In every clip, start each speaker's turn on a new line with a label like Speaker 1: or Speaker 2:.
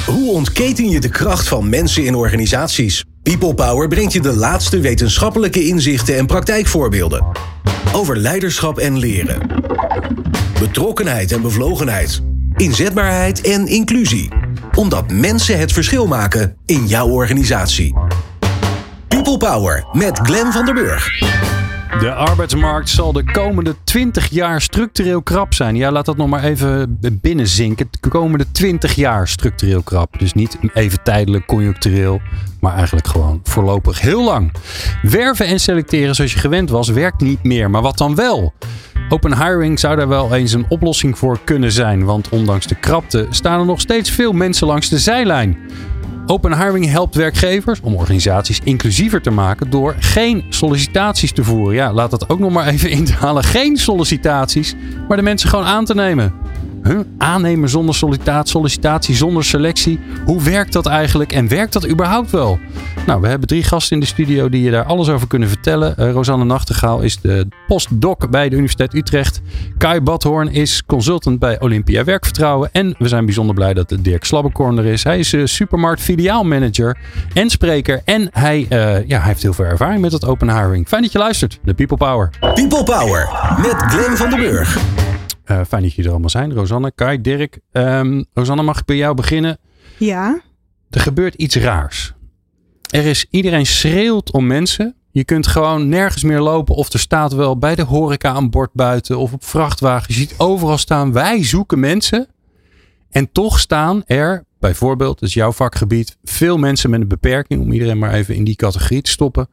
Speaker 1: Hoe ontketen je de kracht van mensen in organisaties? People Power brengt je de laatste wetenschappelijke inzichten en praktijkvoorbeelden. Over leiderschap en leren. Betrokkenheid en bevlogenheid. Inzetbaarheid en inclusie. Omdat mensen het verschil maken in jouw organisatie. People Power met Glenn van der Burg.
Speaker 2: De arbeidsmarkt zal de komende 20 jaar structureel krap zijn. Ja, laat dat nog maar even binnenzinken. De komende 20 jaar structureel krap. Dus niet even tijdelijk, conjunctureel. Maar eigenlijk gewoon voorlopig heel lang. Werven en selecteren zoals je gewend was, werkt niet meer. Maar wat dan wel? Open hiring zou daar wel eens een oplossing voor kunnen zijn. Want ondanks de krapte staan er nog steeds veel mensen langs de zijlijn. Open hiring helpt werkgevers om organisaties inclusiever te maken door geen sollicitaties te voeren. Ja, laat dat ook nog maar even inhalen. Geen sollicitaties, maar de mensen gewoon aan te nemen. Aannemen zonder sollicitatie zonder selectie. Hoe werkt dat eigenlijk en werkt dat überhaupt wel? Nou, we hebben 3 gasten in de studio die je daar alles over kunnen vertellen. Rosanne Nachtegaal is de postdoc bij de Universiteit Utrecht. Kai Badhoorn is consultant bij Olympia Werkvertrouwen. En we zijn bijzonder blij dat Dirk Slabbekorn er is. Hij is supermarkt filiaalmanager en spreker. En hij heeft heel veel ervaring met het open hiring. Fijn dat je luistert naar People Power.
Speaker 1: People Power met Glenn van der Burg.
Speaker 2: Fijn dat jullie er allemaal zijn. Rosanne, Kai, Dirk. Rosanne, mag ik bij jou beginnen?
Speaker 3: Ja.
Speaker 2: Er gebeurt iets raars. Iedereen schreeuwt om mensen. Je kunt gewoon nergens meer lopen. Of er staat wel bij de horeca een bord buiten. Of op vrachtwagens. Je ziet overal staan. Wij zoeken mensen. En toch staan er, bijvoorbeeld, dat is jouw vakgebied, veel mensen met een beperking. Om iedereen maar even in die categorie te stoppen.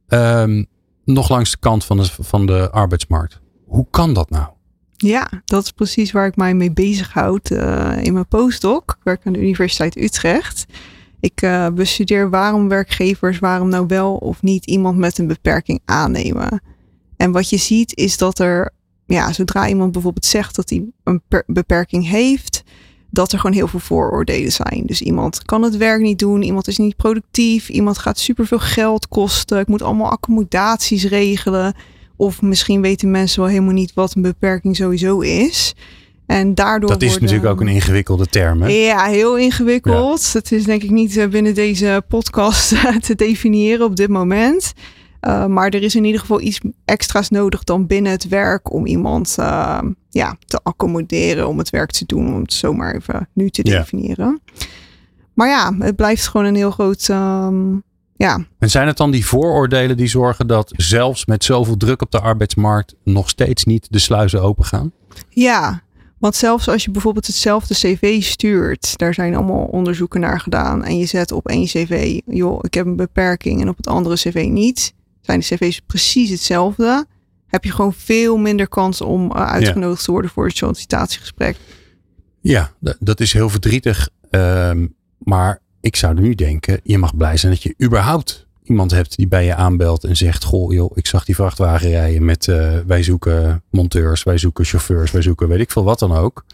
Speaker 2: Nog langs de kant van de arbeidsmarkt. Hoe kan dat nou?
Speaker 3: Ja, dat is precies waar ik mij mee bezighoud in mijn postdoc. Ik werk aan de Universiteit Utrecht. Ik bestudeer waarom werkgevers nou wel of niet iemand met een beperking aannemen. En wat je ziet is dat er, zodra iemand bijvoorbeeld zegt dat hij een beperking heeft, dat er gewoon heel veel vooroordelen zijn. Dus iemand kan het werk niet doen, iemand is niet productief, iemand gaat superveel geld kosten, ik moet allemaal accommodaties regelen. Of misschien weten mensen wel helemaal niet wat een beperking sowieso is. En daardoor
Speaker 2: dat is natuurlijk ook een ingewikkelde term, hè?
Speaker 3: Ja, heel ingewikkeld. Ja. Het is denk ik niet binnen deze podcast te definiëren op dit moment. Maar er is in ieder geval iets extra's nodig dan binnen het werk om iemand te accommoderen, om het werk te doen, om het zomaar even nu te definiëren. Maar ja, het blijft gewoon een heel groot... En
Speaker 2: zijn het dan die vooroordelen die zorgen dat zelfs met zoveel druk op de arbeidsmarkt nog steeds niet de sluizen open gaan?
Speaker 3: Ja, want zelfs als je bijvoorbeeld hetzelfde cv stuurt, daar zijn allemaal onderzoeken naar gedaan en je zet op één cv, joh, ik heb een beperking en op het andere cv niet, zijn de cv's precies hetzelfde, heb je gewoon veel minder kans om uitgenodigd te worden voor het sollicitatiegesprek. Ja,
Speaker 2: dat is heel verdrietig, maar ik zou nu denken, je mag blij zijn dat je überhaupt iemand hebt die bij je aanbelt en zegt, goh joh, ik zag die vrachtwagen rijden met wij zoeken monteurs, wij zoeken chauffeurs, wij zoeken weet ik veel wat dan ook.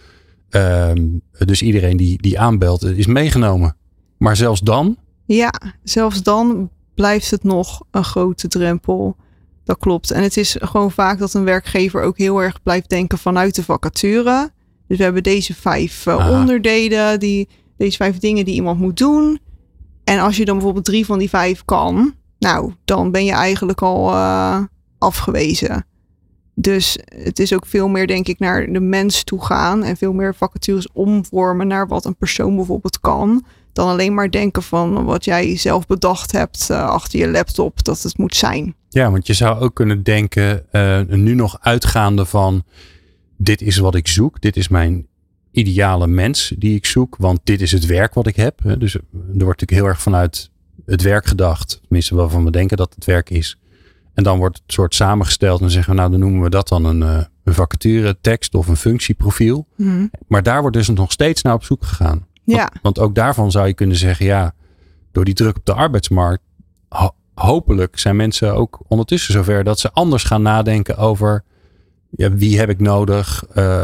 Speaker 2: Dus iedereen die aanbelt is meegenomen. Maar zelfs dan?
Speaker 3: Ja, zelfs dan blijft het nog een grote drempel. Dat klopt. En het is gewoon vaak dat een werkgever ook heel erg blijft denken vanuit de vacature. Dus we hebben deze 5 onderdelen, deze 5 dingen die iemand moet doen. En als je dan bijvoorbeeld 3 van die 5 kan, nou, dan ben je eigenlijk al afgewezen. Dus het is ook veel meer, denk ik, naar de mens toe gaan en veel meer vacatures omvormen naar wat een persoon bijvoorbeeld kan. Dan alleen maar denken van wat jij zelf bedacht hebt achter je laptop, dat het moet zijn.
Speaker 2: Ja, want je zou ook kunnen denken, nu nog uitgaande van, dit is wat ik zoek, dit is mijn ideale mens die ik zoek, want dit is het werk wat ik heb. Dus er wordt natuurlijk heel erg vanuit het werk gedacht, tenminste waarvan we denken dat het werk is. En dan wordt het soort samengesteld en zeggen we, nou dan noemen we dat dan een vacature tekst of een functieprofiel. Mm-hmm. Maar daar wordt dus nog steeds naar op zoek gegaan.
Speaker 3: Ja.
Speaker 2: Want ook daarvan zou je kunnen zeggen, ja, door die druk op de arbeidsmarkt, hopelijk zijn mensen ook ondertussen zover dat ze anders gaan nadenken over, ja, wie heb ik nodig?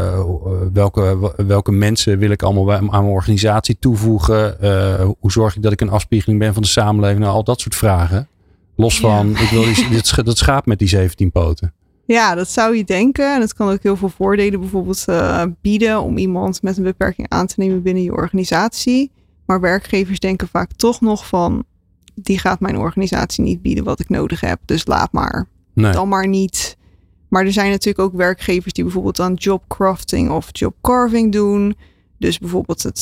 Speaker 2: Welke mensen wil ik allemaal aan mijn organisatie toevoegen? Hoe zorg ik dat ik een afspiegeling ben van de samenleving? Nou, al dat soort vragen. Los van, ik wil dat schaap met die 17 poten.
Speaker 3: Ja, dat zou je denken. En het kan ook heel veel voordelen bijvoorbeeld bieden om iemand met een beperking aan te nemen binnen je organisatie. Maar werkgevers denken vaak toch nog van, die gaat mijn organisatie niet bieden wat ik nodig heb. Dus laat maar.
Speaker 2: Nee.
Speaker 3: Dan maar niet. Maar er zijn natuurlijk ook werkgevers die bijvoorbeeld aan job crafting of job carving doen. Dus bijvoorbeeld het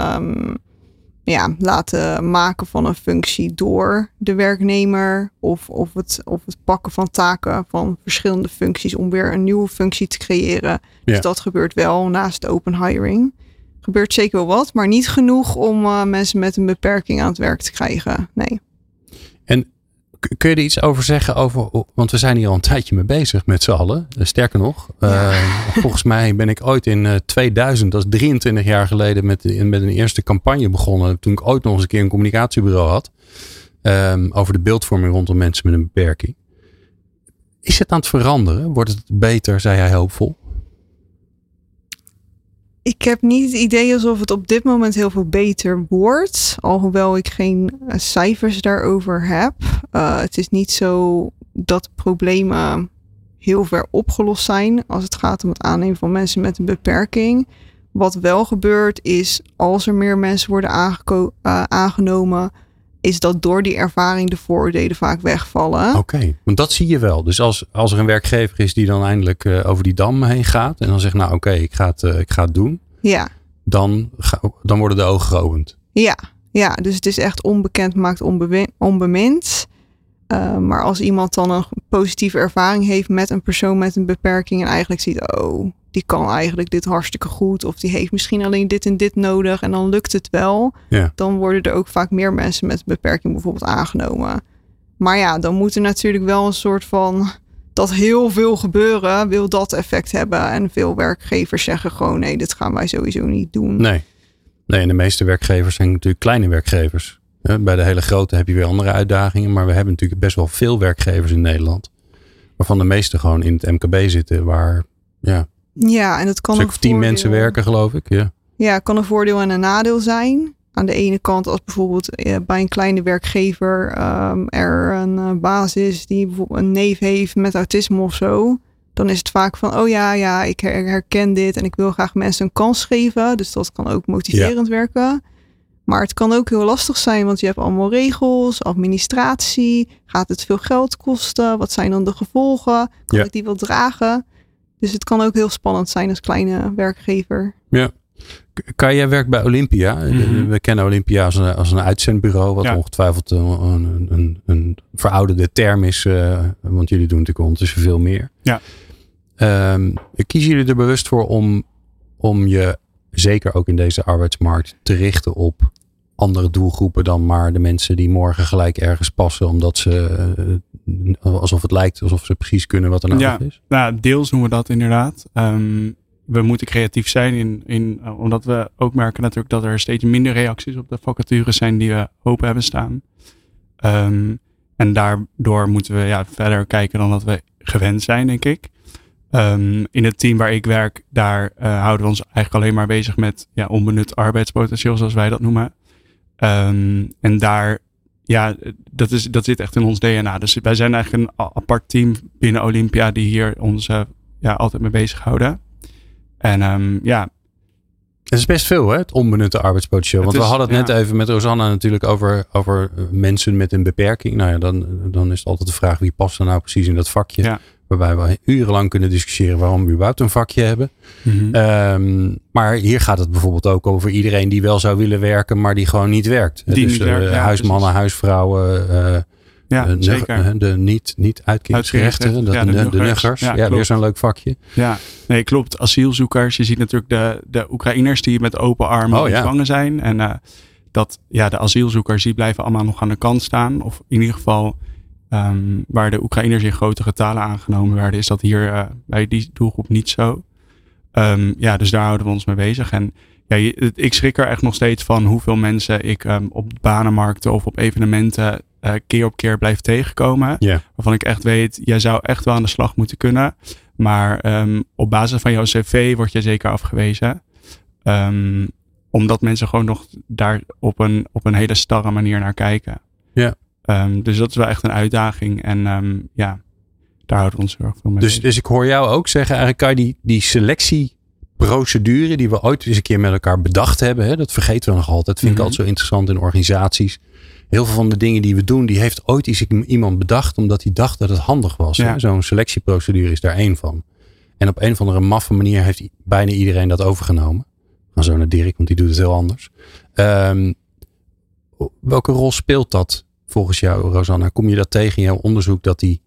Speaker 3: laten maken van een functie door de werknemer. Of het pakken van taken van verschillende functies om weer een nieuwe functie te creëren. Dus dat gebeurt wel naast open hiring. Gebeurt zeker wel wat, maar niet genoeg om mensen met een beperking aan het werk te krijgen. Nee.
Speaker 2: En kun je er iets over zeggen? Want we zijn hier al een tijdje mee bezig met z'n allen. Sterker nog, volgens mij ben ik ooit in 2000, dat is 23 jaar geleden, met een eerste campagne begonnen. Toen ik ooit nog eens een keer een communicatiebureau had. Over de beeldvorming rondom mensen met een beperking. Is het aan het veranderen? Wordt het beter, zei hij hoopvol?
Speaker 3: Ik heb niet het idee alsof het op dit moment heel veel beter wordt. Alhoewel ik geen cijfers daarover heb. Het is niet zo dat problemen heel ver opgelost zijn als het gaat om het aannemen van mensen met een beperking. Wat wel gebeurt is, als er meer mensen worden aangenomen, is dat door die ervaring de vooroordelen vaak wegvallen.
Speaker 2: Oké, want dat zie je wel. Dus als er een werkgever is die dan eindelijk over die dam heen gaat en dan zegt, nou oké, ik ga het doen.
Speaker 3: Ja.
Speaker 2: Dan worden de ogen geopend.
Speaker 3: Ja, dus het is echt onbekend maakt onbemind. Maar als iemand dan een positieve ervaring heeft met een persoon met een beperking en eigenlijk ziet, die kan eigenlijk dit hartstikke goed. Of die heeft misschien alleen dit en dit nodig en dan lukt het wel.
Speaker 2: Ja.
Speaker 3: Dan worden er ook vaak meer mensen met een beperking bijvoorbeeld aangenomen. Maar ja, dan moet er natuurlijk wel een soort van, dat heel veel gebeuren wil dat effect hebben. En veel werkgevers zeggen gewoon, nee, dit gaan wij sowieso niet doen.
Speaker 2: Nee, en de meeste werkgevers zijn natuurlijk kleine werkgevers. Bij de hele grote heb je weer andere uitdagingen. Maar we hebben natuurlijk best wel veel werkgevers in Nederland. Waarvan de meeste gewoon in het MKB zitten. Waar,
Speaker 3: en dat kan
Speaker 2: ook 10 mensen werken, geloof ik.
Speaker 3: Ja, kan een voordeel en een nadeel zijn. Aan de ene kant, als bijvoorbeeld bij een kleine werkgever er een baas is die bijvoorbeeld een neef heeft met autisme of zo. Dan is het vaak van, ik herken dit en ik wil graag mensen een kans geven. Dus dat kan ook motiverend werken. Maar het kan ook heel lastig zijn, want je hebt allemaal regels, administratie. Gaat het veel geld kosten? Wat zijn dan de gevolgen? Kan ik die wel dragen? Dus het kan ook heel spannend zijn als kleine werkgever.
Speaker 2: Ja. Kai, jij werkt bij Olympia. Mm-hmm. We kennen Olympia als een uitzendbureau. Wat ongetwijfeld een verouderde term is. Want jullie doen natuurlijk ondertussen veel meer.
Speaker 4: Ja.
Speaker 2: Kiezen jullie er bewust voor om je, zeker ook in deze arbeidsmarkt, te richten op andere doelgroepen dan maar de mensen die morgen gelijk ergens passen. Omdat ze, alsof het lijkt alsof ze precies kunnen wat er nodig is?
Speaker 4: Nou, deels doen we dat inderdaad. We moeten creatief zijn omdat we ook merken natuurlijk dat er steeds minder reacties op de vacatures zijn die we open hebben staan. En daardoor moeten we verder kijken dan dat we gewend zijn, denk ik. In het team waar ik werk, daar houden we ons eigenlijk alleen maar bezig met onbenut arbeidspotentieel, zoals wij dat noemen. En daar, dat zit echt in ons DNA. Dus wij zijn eigenlijk een apart team binnen Olympia die hier ons altijd mee bezighouden. En
Speaker 2: het is best veel, hè? Het onbenutte arbeidspotentieel. Want we hadden het net even met Rosanna natuurlijk over mensen met een beperking. Nou ja, dan is het altijd de vraag, wie past er nou precies in dat vakje? Ja. Waarbij we urenlang kunnen discussiëren waarom we überhaupt een vakje hebben. Mm-hmm. Maar hier gaat het bijvoorbeeld ook over iedereen die wel zou willen werken, maar die gewoon niet werkt. Huismannen, huisvrouwen,
Speaker 4: zeker.
Speaker 2: De niet uitkeringsgerechtigden, de nuggers. Ja, weer zo'n leuk vakje.
Speaker 4: Ja, nee, klopt. Asielzoekers. Je ziet natuurlijk de Oekraïners die met open armen ontvangen zijn. En de asielzoekers die blijven allemaal nog aan de kant staan. Of in ieder geval waar de Oekraïners in grote getalen aangenomen werden, is dat hier bij die doelgroep niet zo. Dus daar houden we ons mee bezig. En ik schrik er echt nog steeds van hoeveel mensen ik op banenmarkten of op evenementen keer op keer blijf tegenkomen.
Speaker 2: Yeah.
Speaker 4: Waarvan ik echt weet, jij zou echt wel aan de slag moeten kunnen. Maar op basis van jouw cv word je zeker afgewezen. Omdat mensen gewoon nog daar op een hele starre manier naar kijken.
Speaker 2: Ja.
Speaker 4: Dus dat is wel echt een uitdaging. En daar houden we ons heel erg veel mee.
Speaker 2: Dus ik hoor jou ook zeggen, eigenlijk kan je die selectie procedure die we ooit eens een keer met elkaar bedacht hebben. Hè? Dat vergeten we nog altijd. Dat vind ik altijd zo interessant in organisaties. Heel veel van de dingen die we doen, die heeft ooit eens iemand bedacht omdat hij dacht dat het handig was. Ja. Zo'n selectieprocedure is daar één van. En op een of andere maffe manier heeft bijna iedereen dat overgenomen. Dan zo naar Dirk, want die doet het heel anders. Welke rol speelt dat volgens jou, Rosanna? Kom je dat tegen in jouw onderzoek dat die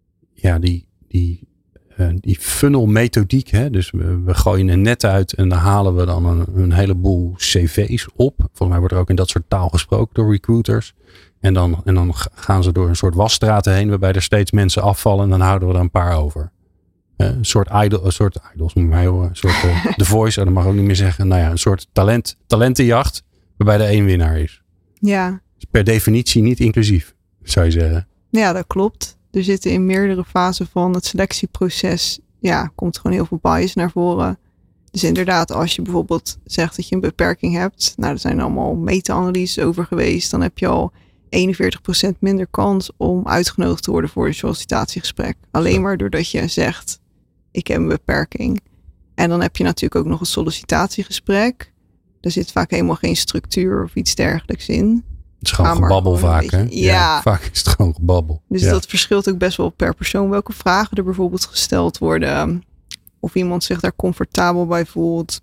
Speaker 2: funnel methodiek, hè? Dus we gooien een net uit en dan halen we dan een heleboel cv's op. Volgens mij wordt er ook in dat soort taal gesproken door recruiters. En dan gaan ze door een soort wasstraten heen waarbij er steeds mensen afvallen en dan houden we er een paar over. Een soort idols, moet je mij horen. Een soort The Voice, dat mag ik ook niet meer zeggen. Nou ja, een soort talentenjacht waarbij er één winnaar is.
Speaker 3: Ja.
Speaker 2: Dus per definitie niet inclusief, zou je zeggen.
Speaker 3: Ja, dat klopt. Er zitten in meerdere fasen van het selectieproces, komt gewoon heel veel bias naar voren. Dus inderdaad, als je bijvoorbeeld zegt dat je een beperking hebt, er zijn allemaal meta-analyses over geweest, dan heb je al 41% minder kans om uitgenodigd te worden voor een sollicitatiegesprek. Alleen maar doordat je zegt, ik heb een beperking. En dan heb je natuurlijk ook nog een sollicitatiegesprek. Er zit vaak helemaal geen structuur of iets dergelijks in.
Speaker 2: Het is gewoon gebabbel vaak, hè?
Speaker 3: Ja,
Speaker 2: vaak is het gewoon gebabbel.
Speaker 3: Dus dat verschilt ook best wel per persoon. Welke vragen er bijvoorbeeld gesteld worden. Of iemand zich daar comfortabel bij voelt.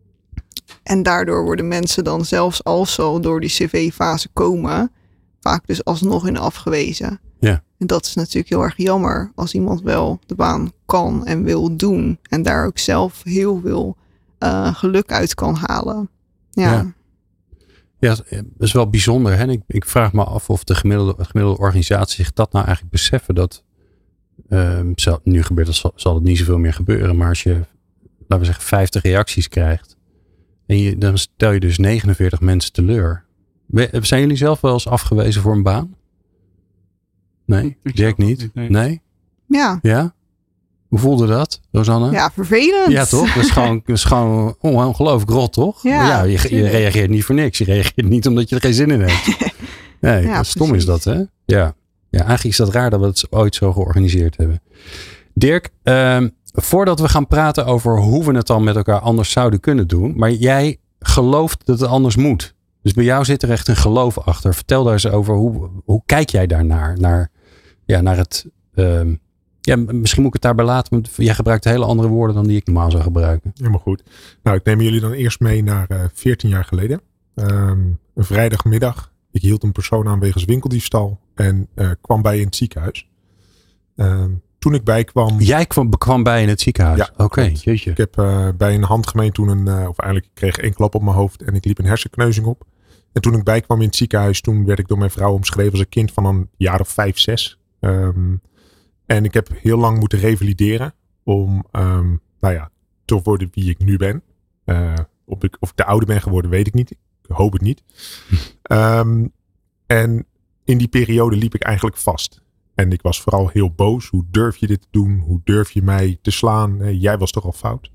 Speaker 3: En daardoor worden mensen dan zelfs als ze al door die cv-fase komen, vaak dus alsnog in afgewezen.
Speaker 2: Ja.
Speaker 3: En dat is natuurlijk heel erg jammer als iemand wel de baan kan en wil doen. En daar ook zelf heel veel geluk uit kan halen. Ja.
Speaker 2: Ja, dat is wel bijzonder. Hè? Ik vraag me af of de gemiddelde organisatie zich dat nou eigenlijk beseffen. Dat nu gebeurt dat, zal het niet zoveel meer gebeuren. Maar als je, laten we zeggen, 50 reacties krijgt. En dan stel je dus 49 mensen teleur. Zijn jullie zelf wel eens afgewezen voor een baan? Nee, Dirk niet. Nee?
Speaker 3: Ja.
Speaker 2: Ja? Hoe voelde dat, Rosanna?
Speaker 3: Ja, vervelend.
Speaker 2: Ja, toch? Dat is gewoon ongelooflijk rot, toch?
Speaker 3: Ja,
Speaker 2: je reageert niet voor niks. Je reageert niet omdat je er geen zin in hebt. Nee, ja, stom is dat, hè? Ja, eigenlijk is dat raar dat we het ooit zo georganiseerd hebben. Dirk, voordat we gaan praten over hoe we het dan met elkaar anders zouden kunnen doen. Maar jij gelooft dat het anders moet. Dus bij jou zit er echt een geloof achter. Vertel daar eens over. Hoe kijk jij daarnaar? Naar het... misschien moet ik het daarbij laten. Want jij gebruikt hele andere woorden dan die ik normaal zou gebruiken.
Speaker 5: Helemaal goed. Nou, ik neem jullie dan eerst mee naar 14 jaar geleden. Een vrijdagmiddag. Ik hield een persoon aan wegens winkeldiefstal. En kwam bij in het ziekenhuis. Toen ik bijkwam...
Speaker 2: Jij kwam bij in het ziekenhuis?
Speaker 5: Ja.
Speaker 2: Oké, jeetje.
Speaker 5: Ik heb bij een handgemeen toen ik kreeg 1 klap op mijn hoofd. En ik liep een hersenkneuzing op. En toen ik bijkwam in het ziekenhuis. Toen werd ik door mijn vrouw omschreven als een kind van een jaar of 5, 6. En ik heb heel lang moeten revalideren om te worden wie ik nu ben. Of ik de oude ben geworden, weet ik niet. Ik hoop het niet. En in die periode liep ik eigenlijk vast. En ik was vooral heel boos. Hoe durf je dit te doen? Hoe durf je mij te slaan? Jij was toch al fout?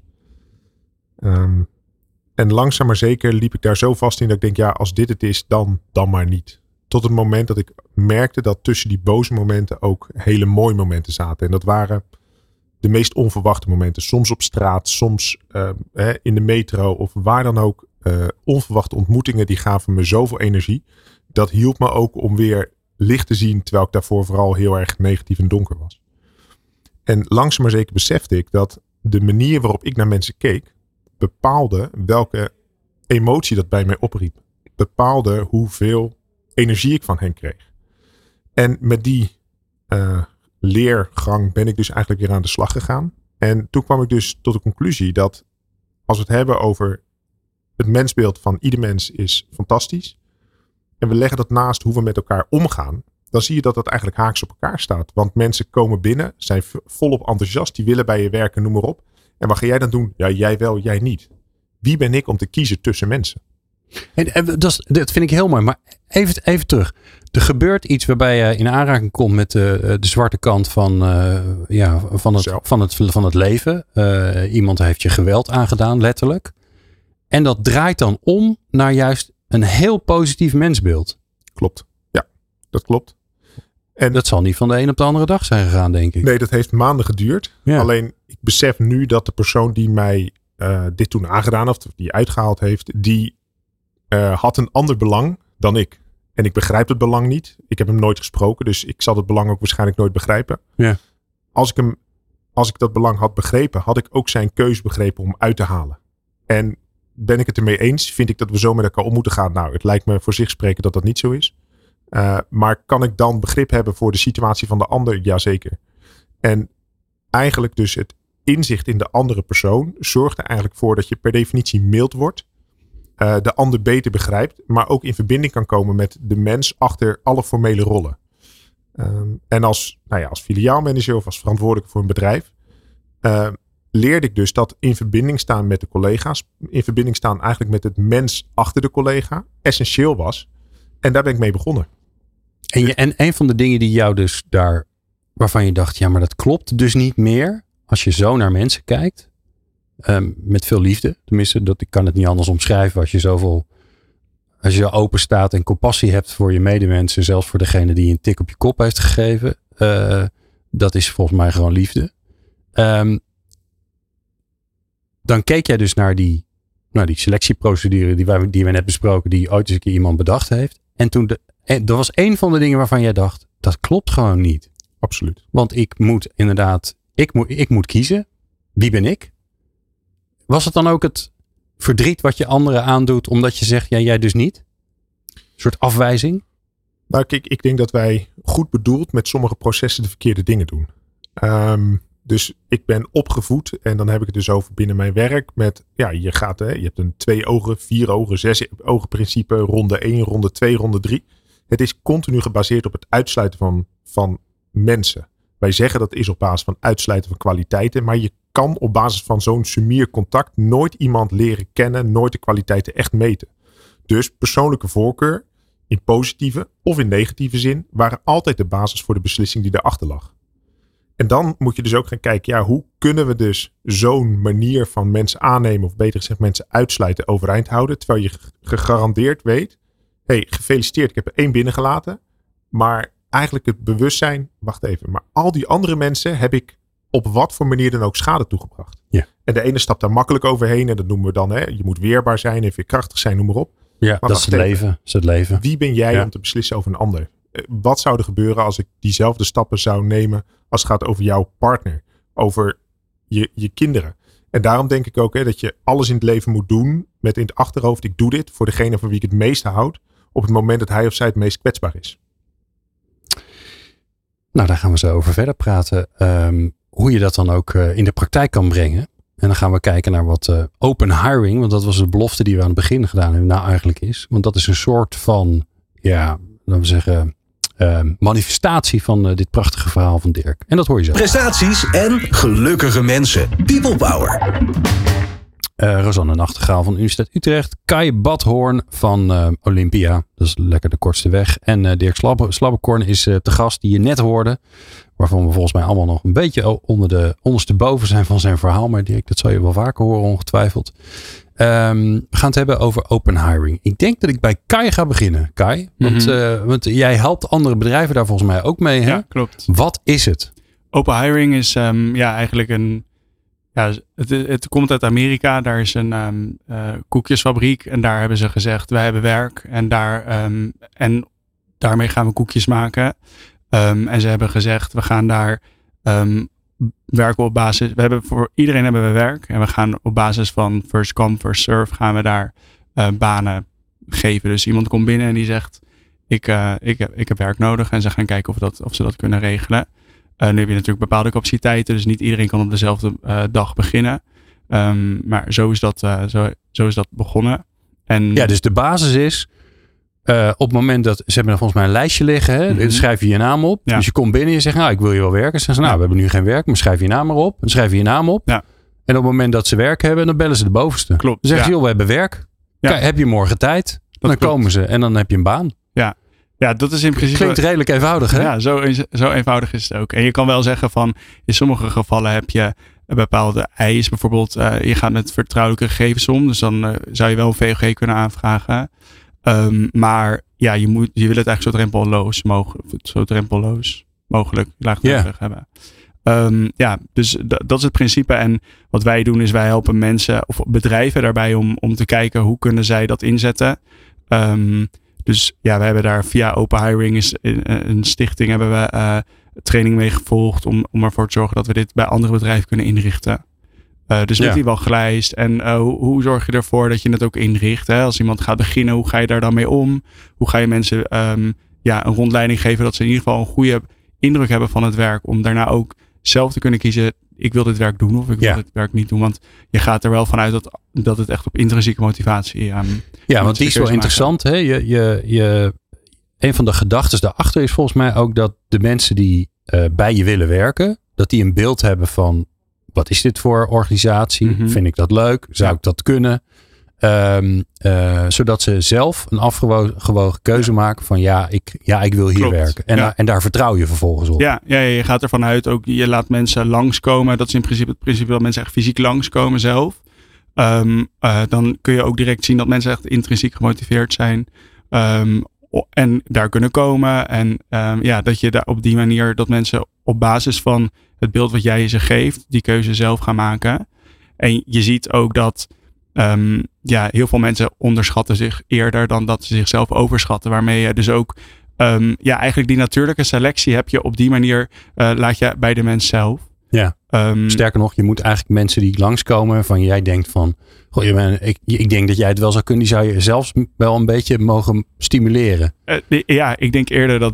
Speaker 5: En langzaam maar zeker liep ik daar zo vast in dat ik denk, als dit het is, dan maar niet. Tot het moment dat ik merkte dat tussen die boze momenten ook hele mooie momenten zaten. En dat waren de meest onverwachte momenten. Soms op straat, soms in de metro of waar dan ook. Onverwachte ontmoetingen die gaven me zoveel energie. Dat hielp me ook om weer licht te zien, terwijl ik daarvoor vooral heel erg negatief en donker was. En langzaam maar zeker besefte ik dat de manier waarop ik naar mensen keek bepaalde welke emotie dat bij mij opriep. Bepaalde hoeveel energie ik van hen kreeg. En met die leergang ben ik dus eigenlijk weer aan de slag gegaan. En toen kwam ik dus tot de conclusie dat als we het hebben over het mensbeeld van ieder mens is fantastisch. En we leggen dat naast hoe we met elkaar omgaan. Dan zie je dat dat eigenlijk haaks op elkaar staat. Want mensen komen binnen, zijn volop enthousiast. Die willen bij je werken, noem maar op. En wat ga jij dan doen? Ja, jij wel, jij niet. Wie ben ik om te kiezen tussen mensen?
Speaker 2: En dat vind ik heel mooi. Maar even terug. Er gebeurt iets waarbij je in aanraking komt met de zwarte kant van het leven. Iemand heeft je geweld aangedaan, letterlijk. En dat draait dan om naar juist een heel positief mensbeeld.
Speaker 5: Klopt. Ja, dat klopt.
Speaker 2: En dat zal niet van de een op de andere dag zijn gegaan, denk ik.
Speaker 5: Nee, dat heeft maanden geduurd. Ja. Alleen, ik besef nu dat de persoon die mij dit toen aangedaan heeft, of die uitgehaald heeft, die had een ander belang dan ik. En ik begrijp het belang niet. Ik heb hem nooit gesproken, dus ik zal het belang ook waarschijnlijk nooit begrijpen.
Speaker 2: Ja.
Speaker 5: Als ik dat belang had begrepen, had ik ook zijn keuze begrepen om uit te halen. En ben ik het ermee eens? Vind ik dat we zo met elkaar om moeten gaan? Nou, het lijkt me voor zich spreken dat dat niet zo is. Maar kan ik dan begrip hebben voor de situatie van de ander? Jazeker. En eigenlijk dus het inzicht in de andere persoon zorgt er eigenlijk voor dat je per definitie mild wordt. De ander beter begrijpt, maar ook in verbinding kan komen met de mens achter alle formele rollen. En als filiaalmanager of als verantwoordelijke voor een bedrijf leerde ik dus dat in verbinding staan met de collega's, in verbinding staan eigenlijk met het mens achter de collega, essentieel was. En daar ben ik mee begonnen.
Speaker 2: En een van de dingen die jou dus daar, waarvan je dacht, ja, maar dat klopt dus niet meer als je zo naar mensen kijkt. Met veel liefde. Tenminste, ik kan het niet anders omschrijven. Als je zo open staat en compassie hebt voor je medemensen. Zelfs voor degene die een tik op je kop heeft gegeven. Dat is volgens mij gewoon liefde. Dan keek jij dus naar die selectieprocedure die we net besproken. Die ooit eens een keer iemand bedacht heeft. En toen dat was een van de dingen waarvan jij dacht, dat klopt gewoon niet.
Speaker 5: Absoluut.
Speaker 2: Want ik moet inderdaad, ik moet kiezen. Wie ben ik? Was het dan ook het verdriet wat je anderen aandoet, omdat je zegt, ja, jij dus niet? Een soort afwijzing?
Speaker 5: Nou, kijk, ik denk dat wij goed bedoeld met sommige processen de verkeerde dingen doen. Dus ik ben opgevoed, en dan heb ik het dus over binnen mijn werk, met, ja, je hebt een 2 ogen, 4 ogen, 6 ogen principe, ronde 1, ronde 2, ronde 3. Het is continu gebaseerd op het uitsluiten van mensen. Wij zeggen dat is op basis van uitsluiten van kwaliteiten, maar je kan op basis van zo'n sumier contact nooit iemand leren kennen, nooit de kwaliteiten echt meten. Dus persoonlijke voorkeur, in positieve of in negatieve zin, waren altijd de basis voor de beslissing die erachter lag. En dan moet je dus ook gaan kijken, ja, hoe kunnen we dus zo'n manier van mensen aannemen, of beter gezegd mensen uitsluiten, overeind houden, terwijl je gegarandeerd weet, hey, gefeliciteerd, ik heb er 1 binnengelaten, maar eigenlijk het bewustzijn, wacht even, maar al die andere mensen heb ik op wat voor manier dan ook schade toegebracht.
Speaker 2: Ja.
Speaker 5: En de ene stapt daar makkelijk overheen en dat noemen we dan, je moet weerbaar zijn en veerkrachtig zijn, noem maar op.
Speaker 2: Ja, maar dat is het leven.
Speaker 5: Wie ben jij om te beslissen over een ander? Wat zou er gebeuren als ik diezelfde stappen zou nemen als het gaat over jouw partner, over je kinderen? En daarom denk ik ook dat je alles in het leven moet doen met in het achterhoofd, ik doe dit voor degene van wie ik het meeste houd, op het moment dat hij of zij het meest kwetsbaar is.
Speaker 2: Nou, daar gaan we zo over verder praten. Hoe je dat dan ook in de praktijk kan brengen. En dan gaan we kijken naar wat open hiring, want dat was de belofte die we aan het begin gedaan hebben, nou eigenlijk is. Want dat is een soort van, ja, laten we zeggen, manifestatie van dit prachtige verhaal van Dirk. En dat hoor je zo.
Speaker 1: Prestaties en gelukkige mensen. People Power.
Speaker 2: Rosanne Nachtegaal van Universiteit Utrecht. Kai Badhoorn van Olympia. Dat is lekker de kortste weg. En Dirk Slabbekorn is te gast die je net hoorde. Waarvan we volgens mij allemaal nog een beetje ondersteboven zijn van zijn verhaal. Maar Dirk, dat zal je wel vaker horen ongetwijfeld. We gaan het hebben over open hiring. Ik denk dat ik bij Kai ga beginnen. Kai, want jij helpt andere bedrijven daar volgens mij ook mee. Hè?
Speaker 4: Ja, klopt.
Speaker 2: Wat is het?
Speaker 4: Open hiring is eigenlijk een... Ja, het komt uit Amerika. Daar is een koekjesfabriek. En daar hebben ze gezegd, wij hebben werk. En daarmee gaan we koekjes maken. En ze hebben gezegd, we gaan daar werken op basis. Voor iedereen hebben we werk. En we gaan op basis van first come, first serve gaan we daar banen geven. Dus iemand komt binnen en die zegt, ik heb werk nodig. En ze gaan kijken of ze dat kunnen regelen. Nu heb je natuurlijk bepaalde capaciteiten. Dus niet iedereen kan op dezelfde dag beginnen. Maar zo is dat begonnen. En
Speaker 2: ja, dus de basis is... op het moment dat... Ze hebben er volgens mij een lijstje liggen. Hè? Dan schrijf je je naam op. Ja. Dus je komt binnen en je zegt... Nou, ik wil je wel werken. Ze zeggen we hebben nu geen werk. Maar schrijf je naam erop. Dan schrijf je je naam op. Ja. En op het moment dat ze werk hebben... Dan bellen ze de bovenste.
Speaker 4: Klopt.
Speaker 2: Dan zeggen ze... Joh, we hebben werk. Ja. Heb je morgen tijd? Dan komen ze. En dan heb je een baan.
Speaker 4: Ja. Ja, dat is in principe...
Speaker 2: Klinkt redelijk eenvoudig, hè?
Speaker 4: Ja, zo eenvoudig is het ook. En je kan wel zeggen van... In sommige gevallen heb je een bepaalde eis. Bijvoorbeeld, je gaat met vertrouwelijke gegevens om. Dus dan zou je wel een VOG kunnen aanvragen. Maar ja, je wil het eigenlijk zo drempelloos mogelijk laagdrempelig hebben. Dus dat is het principe. En wat wij doen is wij helpen mensen of bedrijven daarbij om te kijken hoe kunnen zij dat inzetten. Dus ja, we hebben daar via Open Hiring een stichting hebben we training mee gevolgd om ervoor te zorgen dat we dit bij andere bedrijven kunnen inrichten. Dus met die wachtlijst en hoe zorg je ervoor dat je het ook inricht? Hè? Als iemand gaat beginnen, hoe ga je daar dan mee om? Hoe ga je mensen een rondleiding geven dat ze in ieder geval een goede indruk hebben van het werk. Om daarna ook zelf te kunnen kiezen, ik wil dit werk doen of ik wil dit werk niet doen. Want je gaat er wel vanuit dat het echt op intrinsieke motivatie
Speaker 2: want die is wel interessant. Hè? Een van de gedachten daarachter is volgens mij ook dat de mensen die bij je willen werken, dat die een beeld hebben van wat is dit voor organisatie? Mm-hmm. Vind ik dat leuk? Zou ik dat kunnen? Zodat ze zelf een afgewogen keuze maken van ik wil hier werken. En daar vertrouw je vervolgens op.
Speaker 4: Ja, je gaat ervan uit ook, je laat mensen langskomen. Dat is in principe het principe dat mensen echt fysiek langskomen zelf. Dan kun je ook direct zien dat mensen echt intrinsiek gemotiveerd zijn. En daar kunnen komen. En dat je daar op die manier dat mensen op basis van het beeld wat jij ze geeft, die keuze zelf gaan maken. En je ziet ook dat heel veel mensen onderschatten zich eerder dan dat ze zichzelf overschatten. Waarmee je dus ook eigenlijk die natuurlijke selectie heb je op die manier laat je bij de mens zelf.
Speaker 2: Ja. Sterker nog, je moet eigenlijk mensen die langskomen van jij denkt van, ik denk dat jij het wel zou kunnen, die zou je zelfs wel een beetje mogen stimuleren.
Speaker 4: Ik denk eerder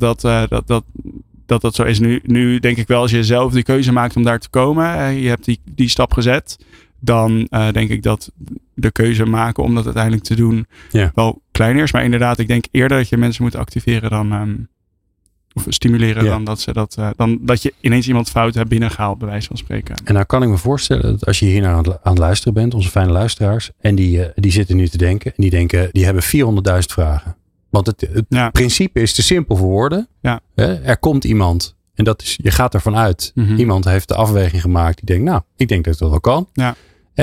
Speaker 4: dat zo is. Nu denk ik wel, als je zelf die keuze maakt om daar te komen, je hebt die stap gezet, dan denk ik dat de keuze maken om dat uiteindelijk te doen wel kleiner is. Maar inderdaad, ik denk eerder dat je mensen moet activeren dan of stimuleren dan dat je ineens iemand fout hebt binnengehaald, bij wijze van spreken.
Speaker 2: En nou kan ik me voorstellen dat als je hier nou aan het luisteren bent, onze fijne luisteraars, en die zitten nu te denken, en die denken, die hebben 400.000 vragen. Want het principe is te simpel voor woorden. Ja. Er komt iemand, en dat is, je gaat ervan uit. Mm-hmm. Iemand heeft de afweging gemaakt, die denkt, ik denk dat het wel kan. Ja. En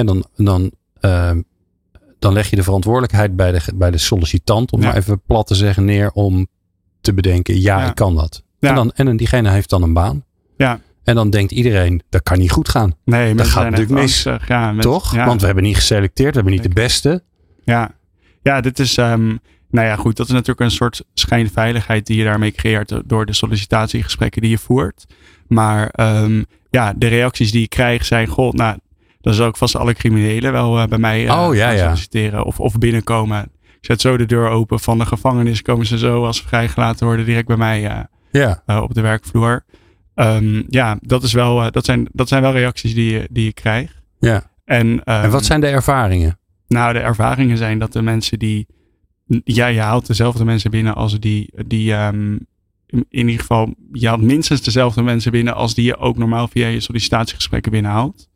Speaker 2: dan leg je de verantwoordelijkheid bij de sollicitant, om maar even plat te zeggen, neer om te bedenken, ik kan dat. Ja. En diegene heeft dan een baan. Ja. En dan denkt iedereen, dat kan niet goed gaan. Nee, dat gaat natuurlijk mis. Toch? Ja. Want we hebben niet geselecteerd, we hebben niet de beste.
Speaker 4: Ja, dit is goed, dat is natuurlijk een soort schijnveiligheid die je daarmee creëert door de sollicitatiegesprekken die je voert. Maar de reacties die je krijgt zijn, dan zal ik vast alle criminelen wel bij mij solliciteren of binnenkomen. Ik zet zo de deur open van de gevangenis, komen ze zo als ze vrijgelaten worden direct bij mij op de werkvloer. Dat is wel, dat zijn wel reacties die je krijgt.
Speaker 2: Ja. En wat zijn de ervaringen?
Speaker 4: Nou, de ervaringen zijn dat de mensen je haalt dezelfde mensen binnen als die in ieder geval, je haalt minstens dezelfde mensen binnen als die je ook normaal via je sollicitatiegesprekken binnenhaalt.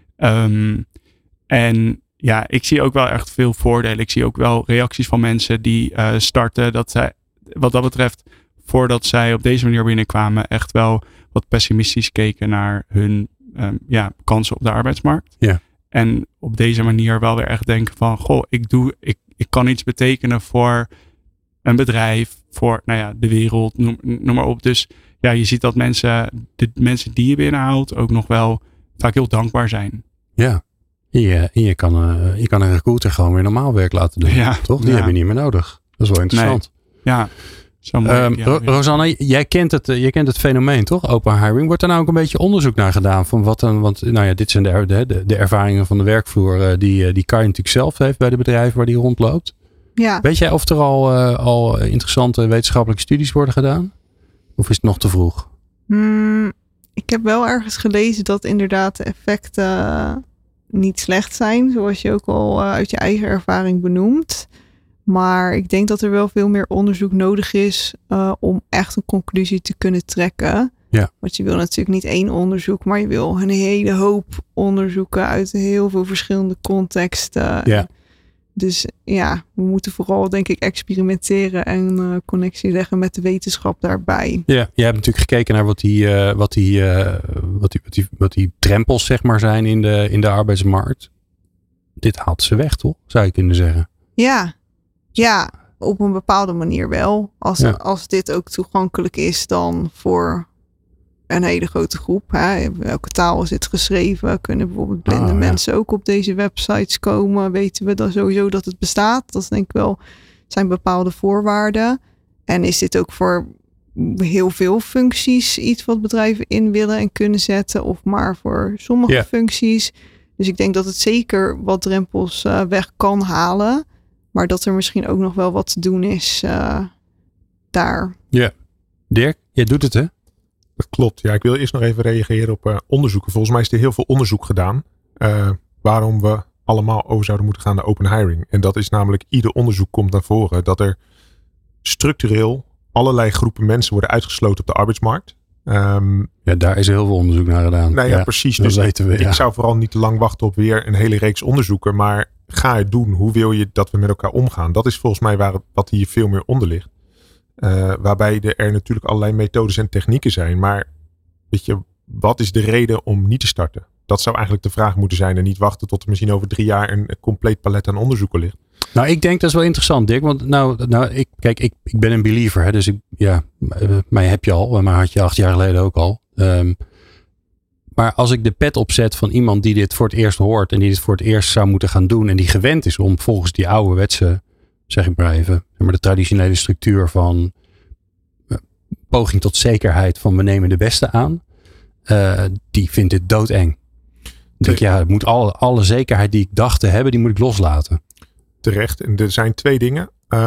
Speaker 4: Ik zie ook wel echt veel voordelen. Ik zie ook wel reacties van mensen die starten dat zij, wat dat betreft, voordat zij op deze manier binnenkwamen, echt wel wat pessimistisch keken naar hun kansen op de arbeidsmarkt. Ja. En op deze manier wel weer echt denken van, ik kan iets betekenen voor een bedrijf, voor de wereld, noem maar op. Dus je ziet dat de mensen die je binnenhaalt ook nog wel vaak heel dankbaar zijn.
Speaker 2: Ja. Je kan een recruiter gewoon weer normaal werk laten doen. Ja, toch? Die heb je niet meer nodig. Dat is wel interessant.
Speaker 4: Nee. Ja. Zo mooi,
Speaker 2: Rosanne, jij kent het fenomeen, toch? Open hiring. Wordt er nou ook een beetje onderzoek naar gedaan van wat dan? Want dit zijn de ervaringen van de werkvloer die Kai natuurlijk zelf heeft bij de bedrijven waar die rondloopt. Ja. Weet jij of er al interessante wetenschappelijke studies worden gedaan? Of is het nog te vroeg?
Speaker 3: Ik heb wel ergens gelezen dat inderdaad de effecten niet slecht zijn, zoals je ook al uit je eigen ervaring benoemt. Maar ik denk dat er wel veel meer onderzoek nodig is om echt een conclusie te kunnen trekken. Ja. Want je wil natuurlijk niet één onderzoek, maar je wil een hele hoop onderzoeken uit heel veel verschillende contexten. Ja. Dus we moeten vooral denk ik experimenteren en connectie leggen met de wetenschap daarbij.
Speaker 2: Ja, je hebt natuurlijk gekeken naar wat die drempels zeg maar zijn in de arbeidsmarkt. Dit haalt ze weg, toch? Zou je kunnen zeggen.
Speaker 3: Ja, op een bepaalde manier wel. Als dit ook toegankelijk is dan voor een hele grote groep. Hè? Welke taal is het geschreven? Kunnen bijvoorbeeld blinde mensen ook op deze websites komen? Weten we dan sowieso dat het bestaat? Dat is denk ik wel, zijn bepaalde voorwaarden. En is dit ook voor heel veel functies iets wat bedrijven in willen en kunnen zetten? Of maar voor sommige functies? Dus ik denk dat het zeker wat drempels weg kan halen. Maar dat er misschien ook nog wel wat te doen is daar.
Speaker 2: Ja. Dirk, jij doet het hè?
Speaker 5: Dat klopt. Ja, ik wil eerst nog even reageren op onderzoeken. Volgens mij is er heel veel onderzoek gedaan. Waarom we allemaal over zouden moeten gaan naar open hiring. En dat is namelijk, ieder onderzoek komt naar voren dat er structureel allerlei groepen mensen worden uitgesloten op de arbeidsmarkt.
Speaker 2: Daar is heel veel onderzoek naar gedaan.
Speaker 5: Nou ja, precies. Dus
Speaker 2: weten we,
Speaker 5: ik zou vooral niet te lang wachten op weer een hele reeks onderzoeken. Maar ga het doen. Hoe wil je dat we met elkaar omgaan? Dat is volgens mij wat hier veel meer onder ligt. Waarbij er natuurlijk allerlei methodes en technieken zijn. Maar weet je, wat is de reden om niet te starten? Dat zou eigenlijk de vraag moeten zijn. En niet wachten tot er misschien over 3 jaar een compleet palet aan onderzoeken ligt.
Speaker 2: Nou, ik denk dat is wel interessant, Dick. Want ik ben een believer. Hè, dus mij heb je al. Maar had je 8 jaar geleden ook al. Maar als ik de pet opzet van iemand die dit voor het eerst hoort. En die dit voor het eerst zou moeten gaan doen. En die gewend is om volgens die ouderwetse, zeg ik maar even. De traditionele structuur van poging tot zekerheid van we nemen de beste aan. Die vindt dit doodeng. Ik denk, het moet alle zekerheid die ik dacht te hebben, die moet ik loslaten.
Speaker 5: Terecht. En er zijn 2 dingen.